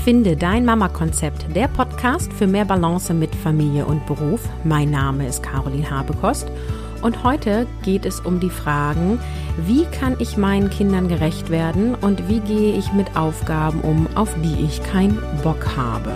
Finde dein Mama-Konzept, der Podcast für mehr Balance mit Familie und Beruf. Mein Name ist Caroline Habekost und heute geht es um die Fragen, wie kann ich meinen Kindern gerecht werden und wie gehe ich mit Aufgaben um, auf die ich keinen Bock habe.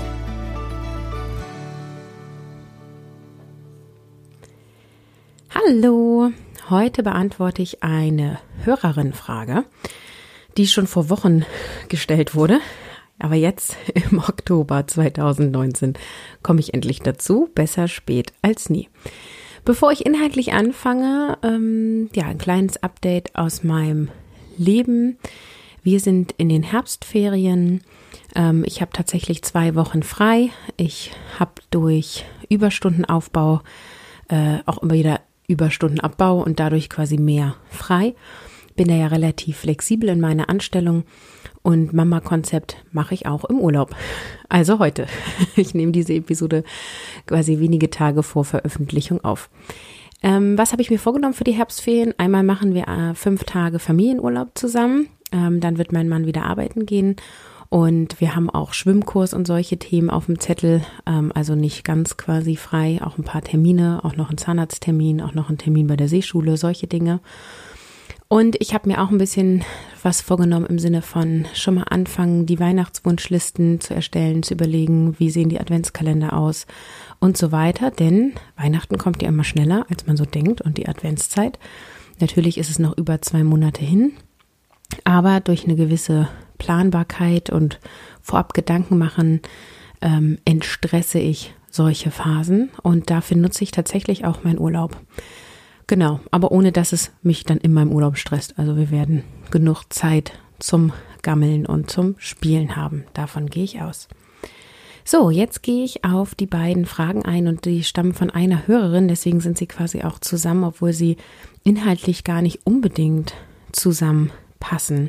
Hallo, heute beantworte ich eine Hörerin-Frage, die schon vor Wochen gestellt wurde. Aber jetzt im Oktober 2019 komme ich endlich dazu. Besser spät als nie. Bevor ich inhaltlich anfange, ein kleines Update aus meinem Leben. Wir sind in den Herbstferien. Ich habe tatsächlich 2 Wochen frei. Ich habe durch Überstundenaufbau auch immer wieder Überstundenabbau und dadurch quasi mehr frei. Bin da ja relativ flexibel in meiner Anstellung. Und Mama-Konzept mache ich auch im Urlaub. Also heute. Ich nehme diese Episode quasi wenige Tage vor Veröffentlichung auf. Was habe ich mir vorgenommen für die Herbstferien? Einmal machen wir 5 Tage Familienurlaub zusammen. Dann wird mein Mann wieder arbeiten gehen. Und wir haben auch Schwimmkurs und solche Themen auf dem Zettel. Also nicht ganz quasi frei. Auch ein paar Termine, auch noch ein Zahnarzttermin, auch noch ein Termin bei der Seeschule, solche Dinge. Und ich habe mir auch ein bisschen was vorgenommen im Sinne von schon mal anfangen, die Weihnachtswunschlisten zu erstellen, zu überlegen, wie sehen die Adventskalender aus und so weiter. Denn Weihnachten kommt ja immer schneller, als man so denkt und die Adventszeit. Natürlich ist es noch über 2 Monate hin, aber durch eine gewisse Planbarkeit und vorab Gedanken machen entstresse ich solche Phasen und dafür nutze ich tatsächlich auch meinen Urlaub. Genau, aber ohne, dass es mich dann in meinem Urlaub stresst. Also wir werden genug Zeit zum Gammeln und zum Spielen haben. Davon gehe ich aus. So, jetzt gehe ich auf die beiden Fragen ein und die stammen von einer Hörerin. Deswegen sind sie quasi auch zusammen, obwohl sie inhaltlich gar nicht unbedingt zusammenpassen.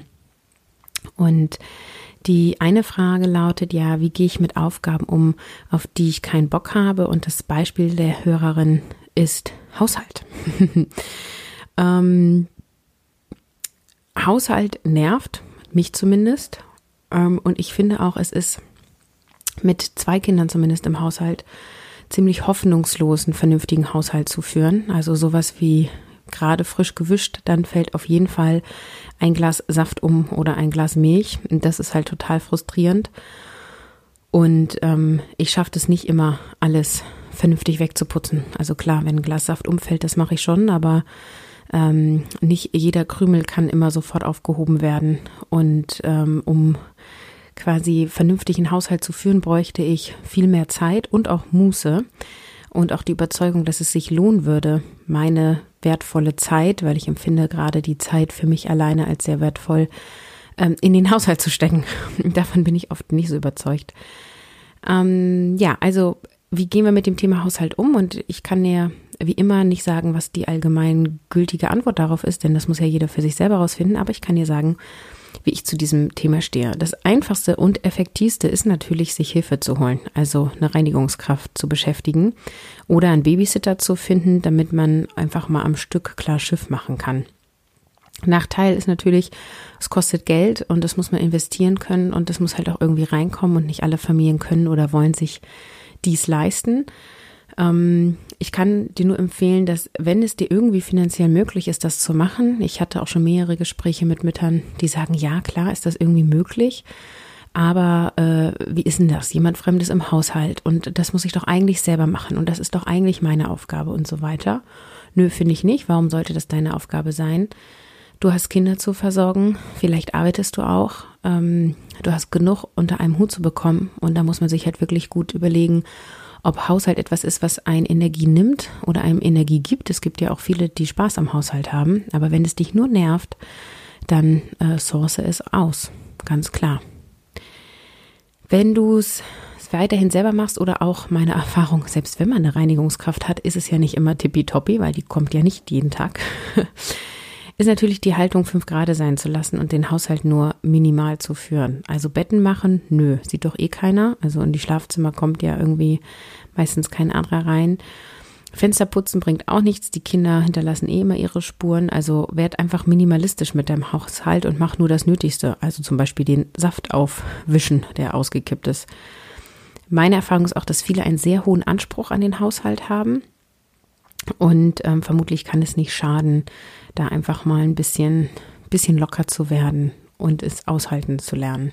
Und die eine Frage lautet ja, wie gehe ich mit Aufgaben um, auf die ich keinen Bock habe? Und das Beispiel der Hörerin ist Haushalt. Haushalt nervt, mich zumindest. Und ich finde auch, es ist mit 2 Kindern zumindest im Haushalt ziemlich hoffnungslos, einen vernünftigen Haushalt zu führen. Also sowas wie gerade frisch gewischt, dann fällt auf jeden Fall ein Glas Saft um oder ein Glas Milch. Und das ist halt total frustrierend. Und ich schaffe es nicht immer, alles vernünftig wegzuputzen. Also klar, wenn ein Glas Saft umfällt, das mache ich schon, aber nicht jeder Krümel kann immer sofort aufgehoben werden. Und um quasi vernünftig einen Haushalt zu führen, bräuchte ich viel mehr Zeit und auch Muße und auch die Überzeugung, dass es sich lohnen würde, meine wertvolle Zeit, weil ich empfinde gerade die Zeit für mich alleine als sehr wertvoll, in den Haushalt zu stecken. Davon bin ich oft nicht so überzeugt. Also wie gehen wir mit dem Thema Haushalt um? Und ich kann ja wie immer nicht sagen, was die allgemein gültige Antwort darauf ist, denn das muss ja jeder für sich selber rausfinden. Aber ich kann dir sagen, wie ich zu diesem Thema stehe. Das Einfachste und Effektivste ist natürlich, sich Hilfe zu holen, also eine Reinigungskraft zu beschäftigen oder einen Babysitter zu finden, damit man einfach mal am Stück klar Schiff machen kann. Nachteil ist natürlich, es kostet Geld und das muss man investieren können und das muss halt auch irgendwie reinkommen und nicht alle Familien können oder wollen sich dies leisten. Ich kann dir nur empfehlen, dass wenn es dir irgendwie finanziell möglich ist, das zu machen, ich hatte auch schon mehrere Gespräche mit Müttern, die sagen, ja klar, ist das irgendwie möglich, aber wie ist denn das? Jemand Fremdes im Haushalt und das muss ich doch eigentlich selber machen und das ist doch eigentlich meine Aufgabe und so weiter. Nö, finde ich nicht. Warum sollte das deine Aufgabe sein? Du hast Kinder zu versorgen, vielleicht arbeitest du auch, du hast genug unter einem Hut zu bekommen und da muss man sich halt wirklich gut überlegen, ob Haushalt etwas ist, was einen Energie nimmt oder einem Energie gibt. Es gibt ja auch viele, die Spaß am Haushalt haben, aber wenn es dich nur nervt, dann source es aus, ganz klar. Wenn du es weiterhin selber machst oder auch meine Erfahrung, selbst wenn man eine Reinigungskraft hat, ist es ja nicht immer tippitoppi, weil die kommt ja nicht jeden Tag. Ist natürlich die Haltung 5 Grad sein zu lassen und den Haushalt nur minimal zu führen. Also Betten machen, nö, sieht doch eh keiner. Also in die Schlafzimmer kommt ja irgendwie meistens kein anderer rein. Fensterputzen bringt auch nichts, die Kinder hinterlassen immer ihre Spuren, also werd einfach minimalistisch mit deinem Haushalt und mach nur das Nötigste, also zum Beispiel den Saft aufwischen, der ausgekippt ist. Meine Erfahrung ist auch, dass viele einen sehr hohen Anspruch an den Haushalt haben und vermutlich kann es nicht schaden, da einfach mal ein bisschen locker zu werden und es aushalten zu lernen.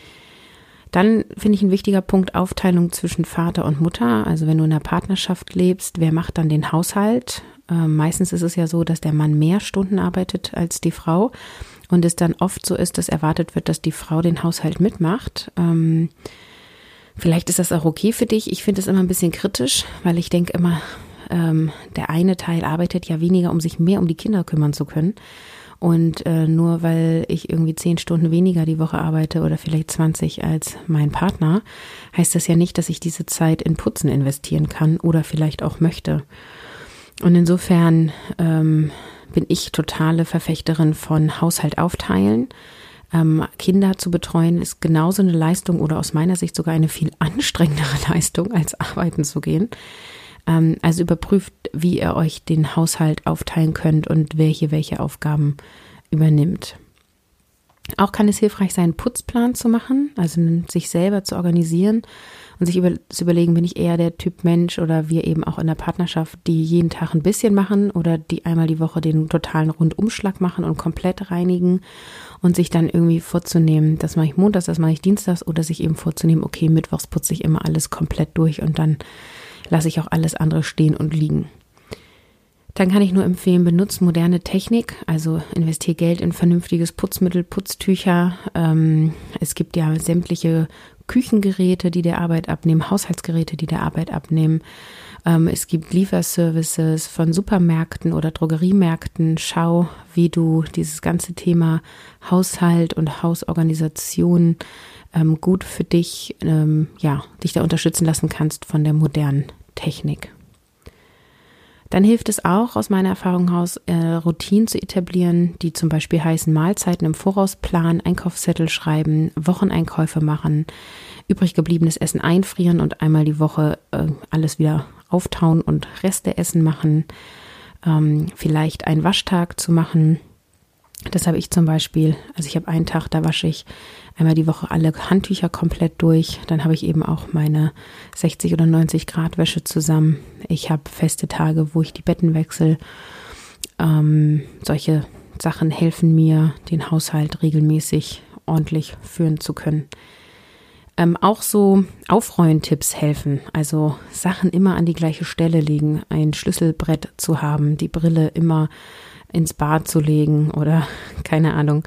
Dann finde ich ein wichtiger Punkt Aufteilung zwischen Vater und Mutter. Also wenn du in einer Partnerschaft lebst, wer macht dann den Haushalt? Meistens ist es ja so, dass der Mann mehr Stunden arbeitet als die Frau und es dann oft so ist, dass erwartet wird, dass die Frau den Haushalt mitmacht. Vielleicht ist das auch okay für dich. Ich finde es immer ein bisschen kritisch, weil ich denke immer, der eine Teil arbeitet ja weniger, um sich mehr um die Kinder kümmern zu können. Und nur weil ich irgendwie 10 Stunden weniger die Woche arbeite oder vielleicht 20 als mein Partner, heißt das ja nicht, dass ich diese Zeit in Putzen investieren kann oder vielleicht auch möchte. Und insofern bin ich totale Verfechterin von Haushalt aufteilen. Kinder zu betreuen ist genauso eine Leistung oder aus meiner Sicht sogar eine viel anstrengendere Leistung, als arbeiten zu gehen. Also überprüft, wie ihr euch den Haushalt aufteilen könnt und welche Aufgaben übernimmt. Auch kann es hilfreich sein, einen Putzplan zu machen, also sich selber zu organisieren und sich zu überlegen, bin ich eher der Typ Mensch oder wir eben auch in der Partnerschaft, die jeden Tag ein bisschen machen oder die einmal die Woche den totalen Rundumschlag machen und komplett reinigen und sich dann irgendwie vorzunehmen, das mache ich montags, das mache ich dienstags oder sich eben vorzunehmen, okay, mittwochs putze ich immer alles komplett durch und dann lasse ich auch alles andere stehen und liegen. Dann kann ich nur empfehlen, benutzt moderne Technik, also investiere Geld in vernünftiges Putzmittel, Putztücher. Es gibt ja sämtliche Küchengeräte, die der Arbeit abnehmen, Haushaltsgeräte, die der Arbeit abnehmen. Es gibt Lieferservices von Supermärkten oder Drogeriemärkten. Schau, wie du dieses ganze Thema Haushalt und Hausorganisation gut für dich, dich da unterstützen lassen kannst von der modernen Technik. Dann hilft es auch, aus meiner Erfahrung heraus, Routinen zu etablieren, die zum Beispiel heißen Mahlzeiten im Voraus planen, Einkaufszettel schreiben, Wocheneinkäufe machen, übrig gebliebenes Essen einfrieren und einmal die Woche alles wieder auftauen und Resteessen machen, vielleicht einen Waschtag zu machen. Das habe ich zum Beispiel, also ich habe einen Tag, da wasche ich einmal die Woche alle Handtücher komplett durch. Dann habe ich eben auch meine 60 oder 90 Grad Wäsche zusammen. Ich habe feste Tage, wo ich die Betten wechsle. Solche Sachen helfen mir, den Haushalt regelmäßig ordentlich führen zu können. Auch so Aufräumen-Tipps helfen, also Sachen immer an die gleiche Stelle legen, ein Schlüsselbrett zu haben, die Brille immer ins Bad zu legen oder keine Ahnung,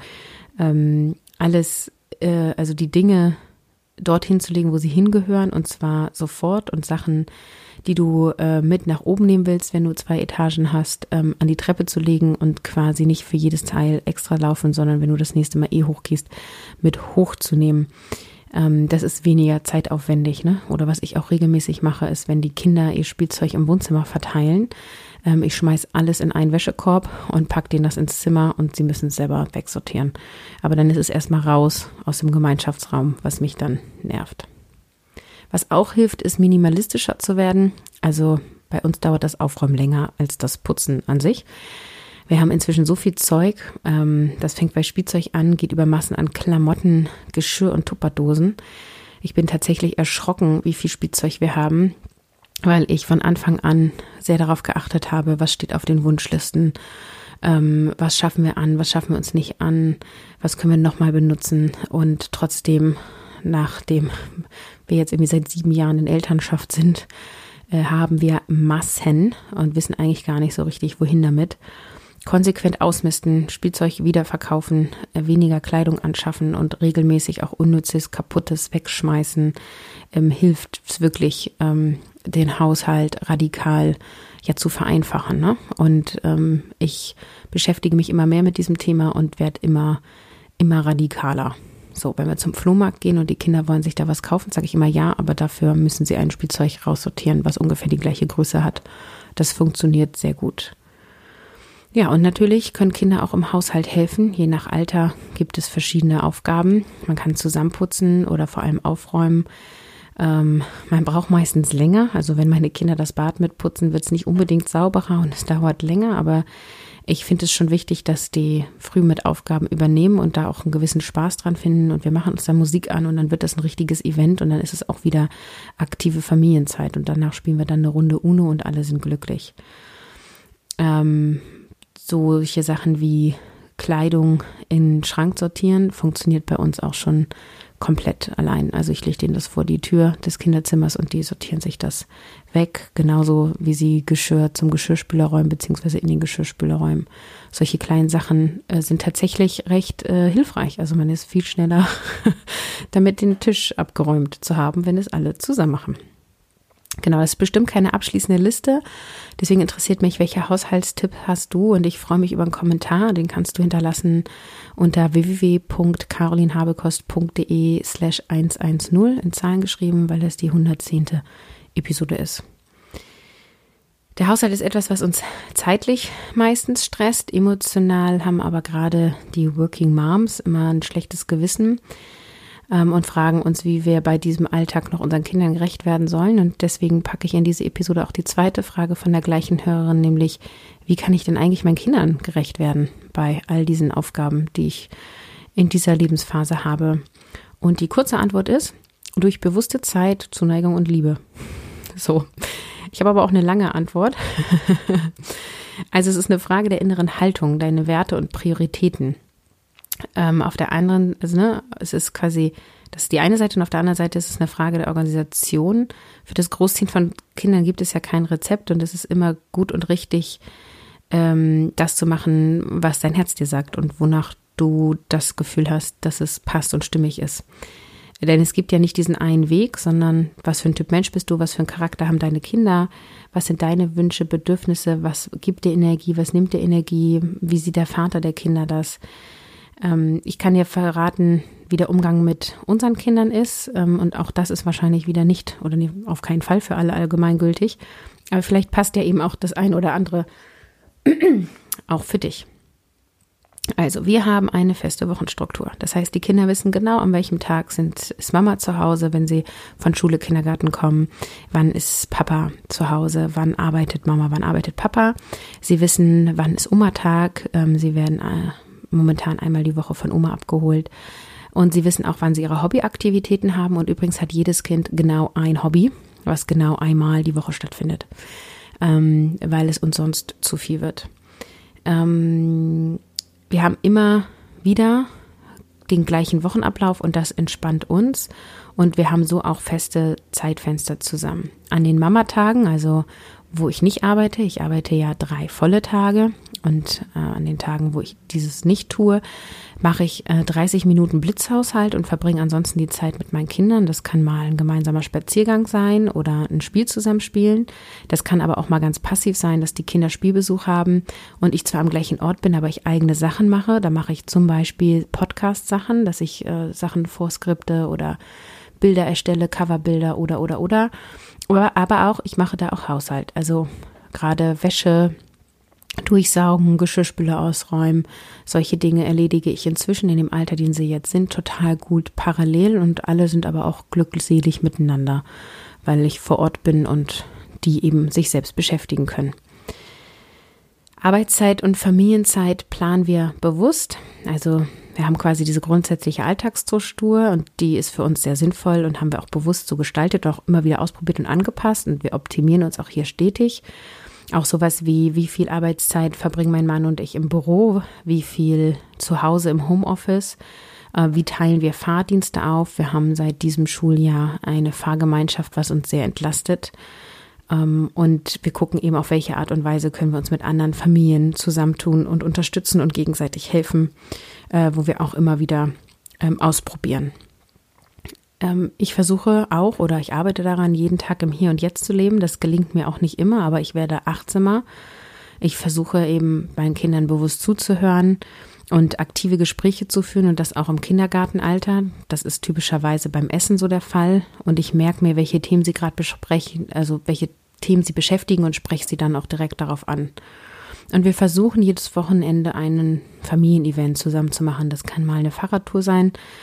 alles, also die Dinge dorthin zu legen, wo sie hingehören und zwar sofort und Sachen, die du mit nach oben nehmen willst, wenn du 2 Etagen hast, an die Treppe zu legen und quasi nicht für jedes Teil extra laufen, sondern wenn du das nächste Mal hochgehst, mit hochzunehmen. Das ist weniger zeitaufwendig, ne? Oder was ich auch regelmäßig mache, ist, wenn die Kinder ihr Spielzeug im Wohnzimmer verteilen, ich schmeiß alles in einen Wäschekorb und pack denen das ins Zimmer und sie müssen es selber wegsortieren. Aber dann ist es erstmal raus aus dem Gemeinschaftsraum, was mich dann nervt. Was auch hilft, ist minimalistischer zu werden. Also bei uns dauert das Aufräumen länger als das Putzen an sich. Wir haben inzwischen so viel Zeug, das fängt bei Spielzeug an, geht über Massen an Klamotten, Geschirr und Tupperdosen. Ich bin tatsächlich erschrocken, wie viel Spielzeug wir haben, weil ich von Anfang an sehr darauf geachtet habe, was steht auf den Wunschlisten, was schaffen wir an, was schaffen wir uns nicht an, was können wir nochmal benutzen und trotzdem, nachdem wir jetzt irgendwie seit 7 Jahren in Elternschaft sind, haben wir Massen und wissen eigentlich gar nicht so richtig, wohin damit. Konsequent ausmisten, Spielzeug wiederverkaufen, weniger Kleidung anschaffen und regelmäßig auch Unnützes, Kaputtes wegschmeißen, hilft es wirklich, den Haushalt radikal zu vereinfachen. Ne? Und ich beschäftige mich immer mehr mit diesem Thema und werde immer radikaler. So, wenn wir zum Flohmarkt gehen und die Kinder wollen sich da was kaufen, sage ich immer ja, aber dafür müssen sie ein Spielzeug raussortieren, was ungefähr die gleiche Größe hat. Das funktioniert sehr gut. Ja, und natürlich können Kinder auch im Haushalt helfen. Je nach Alter gibt es verschiedene Aufgaben. Man kann zusammenputzen oder vor allem aufräumen. Man braucht meistens länger. Also wenn meine Kinder das Bad mitputzen, wird es nicht unbedingt sauberer und es dauert länger. Aber ich finde es schon wichtig, dass die früh mit Aufgaben übernehmen und da auch einen gewissen Spaß dran finden. Und wir machen uns da Musik an und dann wird das ein richtiges Event und dann ist es auch wieder aktive Familienzeit. Und danach spielen wir dann eine Runde Uno und alle sind glücklich. Solche Sachen wie Kleidung in den Schrank sortieren funktioniert bei uns auch schon komplett allein. Also ich lege denen das vor die Tür des Kinderzimmers und die sortieren sich das weg. Genauso wie sie Geschirr zum Geschirrspüler räumen, beziehungsweise in den Geschirrspüler räumen. Solche kleinen Sachen sind tatsächlich recht hilfreich. Also man ist viel schneller damit, den Tisch abgeräumt zu haben, wenn es alle zusammen machen. Genau, das ist bestimmt keine abschließende Liste. Deswegen interessiert mich, welcher Haushaltstipp hast du? Und ich freue mich über einen Kommentar. Den kannst du hinterlassen unter www.carolinhabekost.de/110 in Zahlen geschrieben, weil das die 110. Episode ist. Der Haushalt ist etwas, was uns zeitlich meistens stresst. Emotional haben aber gerade die Working Moms immer ein schlechtes Gewissen und fragen uns, wie wir bei diesem Alltag noch unseren Kindern gerecht werden sollen. Und deswegen packe ich in diese Episode auch die zweite Frage von der gleichen Hörerin, nämlich, wie kann ich denn eigentlich meinen Kindern gerecht werden bei all diesen Aufgaben, die ich in dieser Lebensphase habe? Und die kurze Antwort ist, durch bewusste Zeit, Zuneigung und Liebe. So, ich habe aber auch eine lange Antwort. Also es ist eine Frage der inneren Haltung, deine Werte und Prioritäten. Auf der anderen, also es ist quasi, das ist die eine Seite und auf der anderen Seite ist es eine Frage der Organisation. Für das Großziehen von Kindern gibt es ja kein Rezept und es ist immer gut und richtig, das zu machen, was dein Herz dir sagt und wonach du das Gefühl hast, dass es passt und stimmig ist. Denn es gibt ja nicht diesen einen Weg, sondern was für ein Typ Mensch bist du, was für einen Charakter haben deine Kinder, was sind deine Wünsche, Bedürfnisse, was gibt dir Energie, was nimmt dir Energie, wie sieht der Vater der Kinder das? Ich kann dir verraten, wie der Umgang mit unseren Kindern ist und auch das ist wahrscheinlich wieder nicht oder auf keinen Fall für alle allgemeingültig, aber vielleicht passt ja eben auch das ein oder andere auch für dich. Also wir haben eine feste Wochenstruktur. Das heißt, die Kinder wissen genau, an welchem Tag ist Mama zu Hause, wenn sie von Schule, Kindergarten kommen. Wann ist Papa zu Hause? Wann arbeitet Mama? Wann arbeitet Papa? Sie wissen, wann ist Oma-Tag? Sie werden momentan einmal die Woche von Oma abgeholt. Und sie wissen auch, wann sie ihre Hobbyaktivitäten haben. Und übrigens hat jedes Kind genau ein Hobby, was genau einmal die Woche stattfindet, weil es uns sonst zu viel wird. Wir haben immer wieder den gleichen Wochenablauf und das entspannt uns und wir haben so auch feste Zeitfenster zusammen. An den Mamatagen, also wo ich nicht arbeite, ich arbeite ja 3 volle Tage und an den Tagen, wo ich dieses nicht tue, mache ich 30 Minuten Blitzhaushalt und verbringe ansonsten die Zeit mit meinen Kindern. Das kann mal ein gemeinsamer Spaziergang sein oder ein Spiel zusammenspielen. Das kann aber auch mal ganz passiv sein, dass die Kinder Spielbesuch haben und ich zwar am gleichen Ort bin, aber ich eigene Sachen mache. Da mache ich zum Beispiel Podcast-Sachen, dass ich Sachen vorskripte oder Bilder erstelle, Coverbilder oder. Aber auch, ich mache da auch Haushalt. Also gerade Wäsche durchsaugen, Geschirrspüler ausräumen, solche Dinge erledige ich inzwischen in dem Alter, den sie jetzt sind, total gut parallel und alle sind aber auch glückselig miteinander, weil ich vor Ort bin und die eben sich selbst beschäftigen können. Arbeitszeit und Familienzeit planen wir bewusst, also wir haben quasi diese grundsätzliche Alltagsstruktur und die ist für uns sehr sinnvoll und haben wir auch bewusst so gestaltet, auch immer wieder ausprobiert und angepasst und wir optimieren uns auch hier stetig. Auch sowas wie viel Arbeitszeit verbringen mein Mann und ich im Büro, wie viel zu Hause im Homeoffice, wie teilen wir Fahrdienste auf. Wir haben seit diesem Schuljahr eine Fahrgemeinschaft, was uns sehr entlastet. Und wir gucken eben, auf welche Art und Weise können wir uns mit anderen Familien zusammentun und unterstützen und gegenseitig helfen, wo wir auch immer wieder ausprobieren. Ich versuche auch oder ich arbeite daran, jeden Tag im Hier und Jetzt zu leben. Das gelingt mir auch nicht immer, aber ich werde achtsamer. Ich versuche eben meinen Kindern bewusst zuzuhören und aktive Gespräche zu führen und das auch im Kindergartenalter. Das ist typischerweise beim Essen so der Fall und ich merke mir, welche Themen sie gerade besprechen, also welche Themen sie beschäftigen und spreche sie dann auch direkt darauf an. Und wir versuchen jedes Wochenende einen Familienevent zusammen zu machen. Das kann mal eine Fahrradtour sein,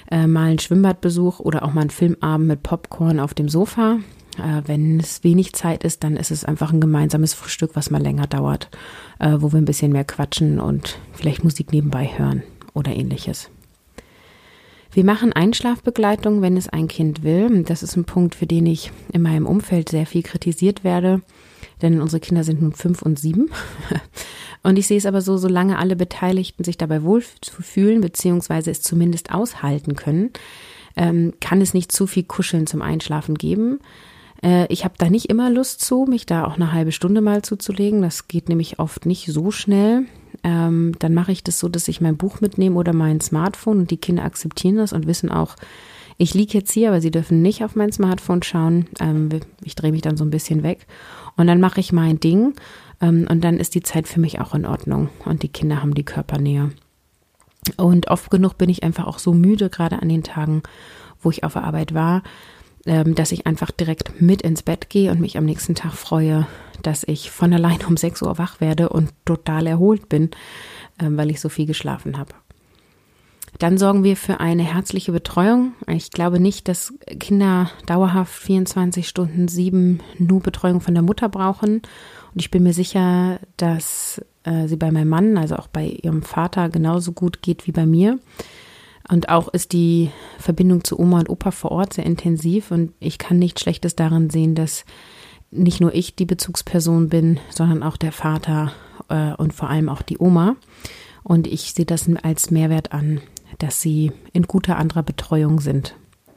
mal einen Schwimmbadbesuch oder auch mal einen Filmabend mit Popcorn auf dem Sofa. Wenn es wenig Zeit ist, dann ist es einfach ein gemeinsames Frühstück, was mal länger dauert, wo wir ein bisschen mehr quatschen und vielleicht Musik nebenbei hören oder ähnliches. Wir machen Einschlafbegleitung, wenn es ein Kind will. Das ist ein Punkt, für den ich in meinem Umfeld sehr viel kritisiert werde, denn unsere Kinder sind nun 5 und 7. Und ich sehe es aber so, solange alle Beteiligten sich dabei wohlfühlen, beziehungsweise es zumindest aushalten können, kann es nicht zu viel Kuscheln zum Einschlafen geben. Ich habe da nicht immer Lust zu, mich da auch eine halbe Stunde mal zuzulegen. Das geht nämlich oft nicht so schnell. Dann mache ich das so, dass ich mein Buch mitnehme oder mein Smartphone und die Kinder akzeptieren das und wissen auch, ich liege jetzt hier, aber sie dürfen nicht auf mein Smartphone schauen. Ich drehe mich dann so ein bisschen weg und dann mache ich mein Ding und dann ist die Zeit für mich auch in Ordnung und die Kinder haben die Körpernähe. Und oft genug bin ich einfach auch so müde, gerade an den Tagen, wo ich auf der Arbeit war, dass ich einfach direkt mit ins Bett gehe und mich am nächsten Tag freue, dass ich von allein um 6 Uhr wach werde und total erholt bin, weil ich so viel geschlafen habe. Dann sorgen wir für eine herzliche Betreuung. Ich glaube nicht, dass Kinder dauerhaft 24/7 nur Betreuung von der Mutter brauchen. Und ich bin mir sicher, dass sie bei meinem Mann, also auch bei ihrem Vater, genauso gut geht wie bei mir. Und auch ist die Verbindung zu Oma und Opa vor Ort sehr intensiv. Und ich kann nichts Schlechtes darin sehen, dass nicht nur ich die Bezugsperson bin, sondern auch der Vater und vor allem auch die Oma. Und ich sehe das als Mehrwert an, dass sie in guter anderer Betreuung sind.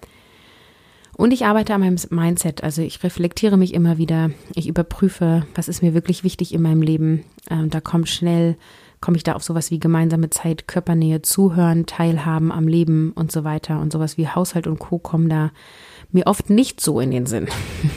Und ich arbeite an meinem Mindset, also ich reflektiere mich immer wieder, ich überprüfe, was ist mir wirklich wichtig in meinem Leben. Da komme ich da auf sowas wie gemeinsame Zeit, Körpernähe, Zuhören, Teilhaben am Leben und so weiter. Und sowas wie Haushalt und Co. kommen da mir oft nicht so in den Sinn.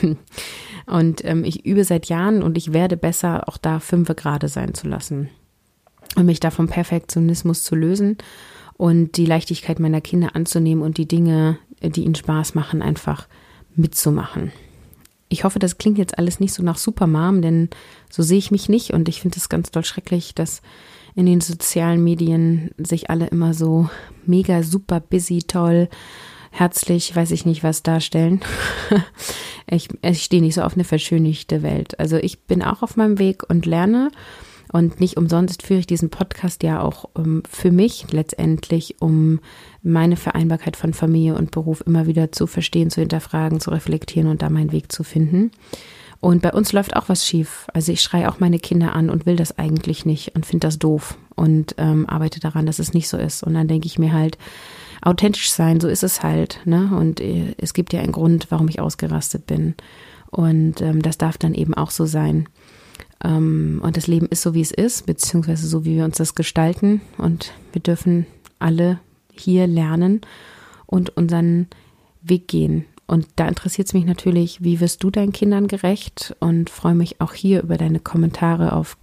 Und ich übe seit Jahren und ich werde besser, auch da 5 gerade sein zu lassen. Und mich da vom Perfektionismus zu lösen und die Leichtigkeit meiner Kinder anzunehmen und die Dinge, die ihnen Spaß machen, einfach mitzumachen. Ich hoffe, das klingt jetzt alles nicht so nach Supermom, denn so sehe ich mich nicht und ich finde es ganz doll schrecklich, dass in den sozialen Medien sich alle immer so mega super busy, toll, herzlich, weiß ich nicht was darstellen. Ich stehe nicht so auf eine verschönigte Welt. Also ich bin auch auf meinem Weg und lerne. Und nicht umsonst führe ich diesen Podcast ja auch für mich letztendlich, um meine Vereinbarkeit von Familie und Beruf immer wieder zu verstehen, zu hinterfragen, zu reflektieren und da meinen Weg zu finden. Und bei uns läuft auch was schief. Also ich schreie auch meine Kinder an und will das eigentlich nicht und finde das doof und arbeite daran, dass es nicht so ist. Und dann denke ich mir halt, authentisch sein, so ist es halt, ne? Und es gibt ja einen Grund, warum ich ausgerastet bin. Und das darf dann eben auch so sein. Und das Leben ist so, wie es ist, beziehungsweise so, wie wir uns das gestalten. Und wir dürfen alle hier lernen und unseren Weg gehen. Und da interessiert es mich natürlich, wie wirst du deinen Kindern gerecht? Und freue mich auch hier über deine Kommentare auf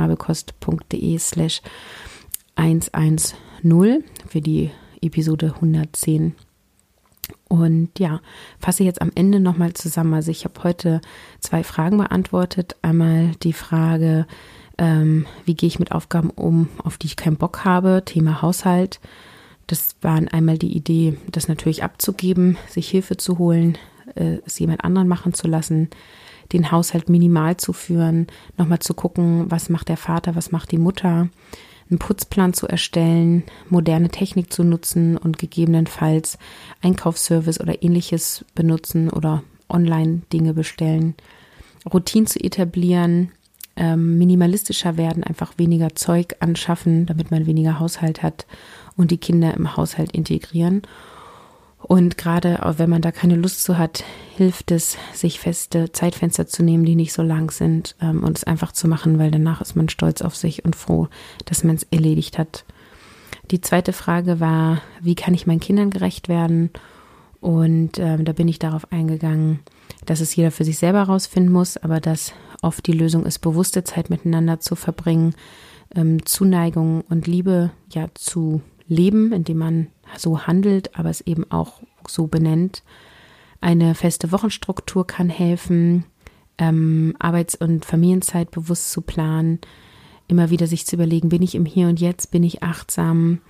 carolinhabekost.de/110 für die Episode 110. Und ja, fasse jetzt am Ende nochmal zusammen. Also ich habe heute 2 Fragen beantwortet. Einmal die Frage, wie gehe ich mit Aufgaben um, auf die ich keinen Bock habe, Thema Haushalt. Das war einmal die Idee, das natürlich abzugeben, sich Hilfe zu holen, es jemand anderen machen zu lassen, den Haushalt minimal zu führen, nochmal zu gucken, was macht der Vater, was macht die Mutter, einen Putzplan zu erstellen, moderne Technik zu nutzen und gegebenenfalls Einkaufsservice oder ähnliches benutzen oder online Dinge bestellen, Routinen zu etablieren, minimalistischer werden, einfach weniger Zeug anschaffen, damit man weniger Haushalt hat und die Kinder im Haushalt integrieren. Und gerade auch wenn man da keine Lust zu hat, hilft es, sich feste Zeitfenster zu nehmen, die nicht so lang sind und es einfach zu machen, weil danach ist man stolz auf sich und froh, dass man es erledigt hat. Die zweite Frage war, wie kann ich meinen Kindern gerecht werden? Und da bin ich darauf eingegangen, dass es jeder für sich selber rausfinden muss, aber dass oft die Lösung ist, bewusste Zeit miteinander zu verbringen, Zuneigung und Liebe ja zu leben, indem man so handelt, aber es eben auch so benennt. Eine feste Wochenstruktur kann helfen, Arbeits- und Familienzeit bewusst zu planen, immer wieder sich zu überlegen, bin ich im Hier und Jetzt, bin ich achtsam,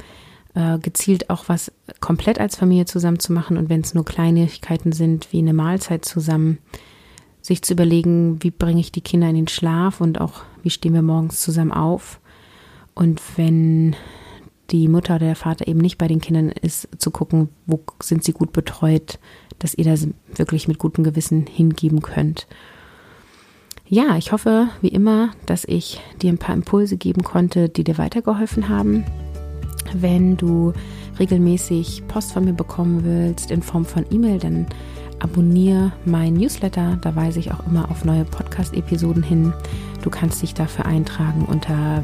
gezielt auch was komplett als Familie zusammen zu machen und wenn es nur Kleinigkeiten sind, wie eine Mahlzeit zusammen, sich zu überlegen, wie bringe ich die Kinder in den Schlaf und auch wie stehen wir morgens zusammen auf. Und wenn die Mutter oder der Vater eben nicht bei den Kindern ist, zu gucken, wo sind sie gut betreut, dass ihr da wirklich mit gutem Gewissen hingeben könnt. Ja, ich hoffe, wie immer, dass ich dir ein paar Impulse geben konnte, die dir weitergeholfen haben. Wenn du regelmäßig Post von mir bekommen willst in Form von E-Mail, dann abonniere mein Newsletter, da weise ich auch immer auf neue Podcast-Episoden hin. Du kannst dich dafür eintragen unter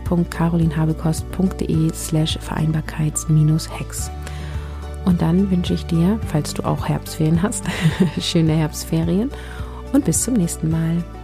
www.carolinhabekost.de/vereinbarkeits-hacks. Und dann wünsche ich dir, falls du auch Herbstferien hast, schöne Herbstferien und bis zum nächsten Mal.